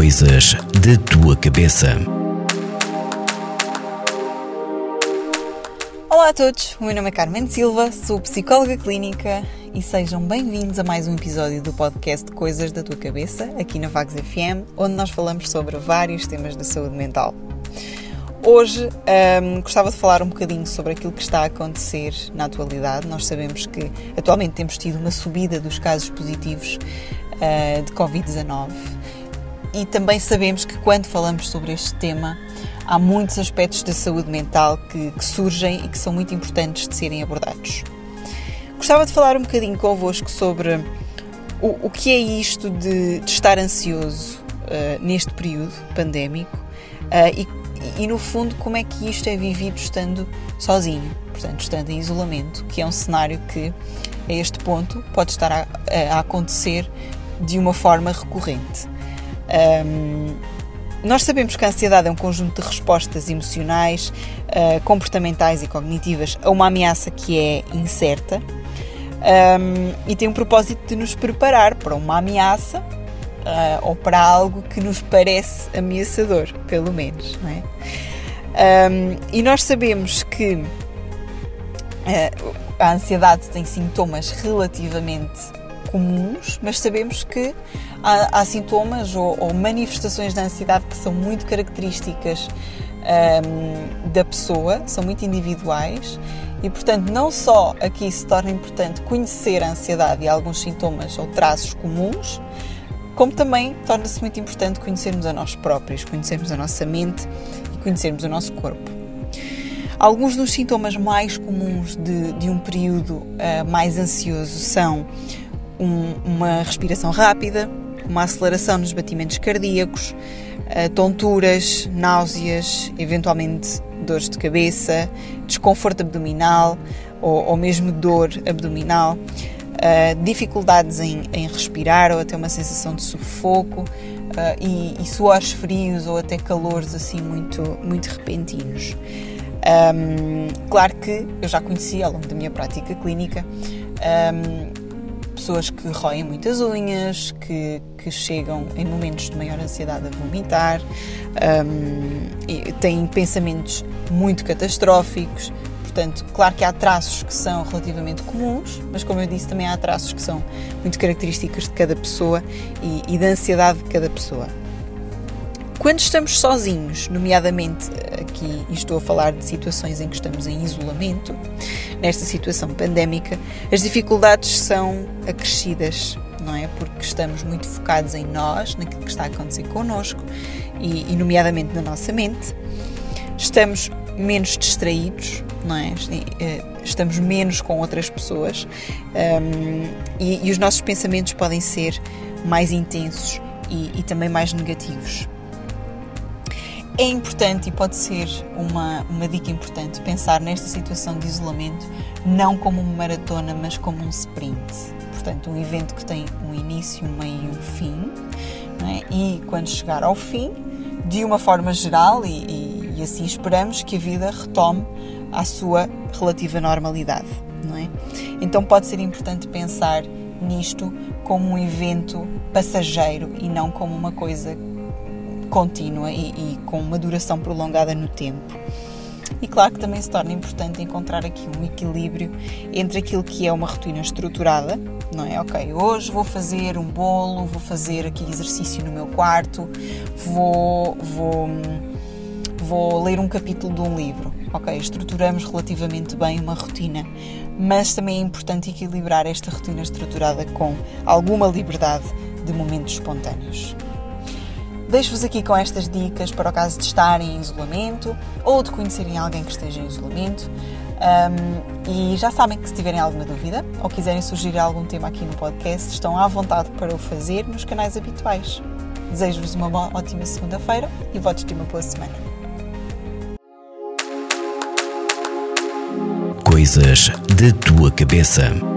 Coisas da tua cabeça. Olá a todos, o meu nome é Carmen Silva, sou psicóloga clínica e sejam bem-vindos a mais um episódio do podcast Coisas da tua cabeça, aqui na Vagos FM, onde nós falamos sobre vários temas da saúde mental. Hoje gostava de falar um bocadinho sobre aquilo que está a acontecer na atualidade. Nós sabemos que atualmente temos tido uma subida dos casos positivos de Covid-19 e também sabemos que quando falamos sobre este tema há muitos aspectos da saúde mental que surgem e que são muito importantes de serem abordados. Gostava de falar um bocadinho convosco sobre o que é isto de estar ansioso neste período pandémico e no fundo como é que isto é vivido estando sozinho, portanto estando em isolamento, que é um cenário que a este ponto pode estar a acontecer de uma forma recorrente. Nós sabemos que a ansiedade é um conjunto de respostas emocionais, comportamentais e cognitivas a uma ameaça que é incerta e tem um propósito de nos preparar para uma ameaça ou para algo que nos parece ameaçador, pelo menos, não é? E nós sabemos que a ansiedade tem sintomas relativamente comuns, mas sabemos que há sintomas ou manifestações da ansiedade que são muito características da pessoa, são muito individuais e, portanto, não só aqui se torna importante conhecer a ansiedade e alguns sintomas ou traços comuns, como também torna-se muito importante conhecermos a nós próprios, conhecermos a nossa mente e conhecermos o nosso corpo. Alguns dos sintomas mais comuns de um período mais ansioso são uma respiração rápida, uma aceleração nos batimentos cardíacos, tonturas, náuseas, eventualmente dores de cabeça, desconforto abdominal ou mesmo dor abdominal, dificuldades em respirar ou até uma sensação de sufoco e suores frios ou até calores assim muito repentinos. Claro que eu já conheci ao longo da minha prática clínica pessoas que roem muitas unhas, que chegam em momentos de maior ansiedade a vomitar, e têm pensamentos muito catastróficos. Portanto, claro que há traços que são relativamente comuns, mas como eu disse, também há traços que são muito característicos de cada pessoa e da ansiedade de cada pessoa. Quando estamos sozinhos, nomeadamente aqui estou a falar de situações em que estamos em isolamento, nesta situação pandémica, as dificuldades são acrescidas, não é? Porque estamos muito focados em nós, naquilo que está a acontecer connosco e nomeadamente na nossa mente. Estamos menos distraídos, não é? Estamos menos com outras pessoas e os nossos pensamentos podem ser mais intensos e também mais negativos. É importante e pode ser uma dica importante pensar nesta situação de isolamento não como uma maratona, mas como um sprint. Portanto, um evento que tem um início, um meio e um fim, não é? E quando chegar ao fim, de uma forma geral, e assim esperamos que a vida retome à sua relativa normalidade, não é? Então pode ser importante pensar nisto como um evento passageiro e não como uma coisa contínua e com uma duração prolongada no tempo. E claro que também se torna importante encontrar aqui um equilíbrio entre aquilo que é uma rotina estruturada, não é? Ok, hoje vou fazer um bolo, vou fazer aqui exercício no meu quarto, vou ler um capítulo de um livro. Ok, estruturamos relativamente bem uma rotina, mas também é importante equilibrar esta rotina estruturada com alguma liberdade de momentos espontâneos. Deixo-vos aqui com estas dicas para o caso de estarem em isolamento ou de conhecerem alguém que esteja em isolamento. E já sabem que se tiverem alguma dúvida ou quiserem sugerir algum tema aqui no podcast, estão à vontade para o fazer nos canais habituais. Desejo-vos uma ótima segunda-feira e votos de uma boa semana. Coisas da tua cabeça.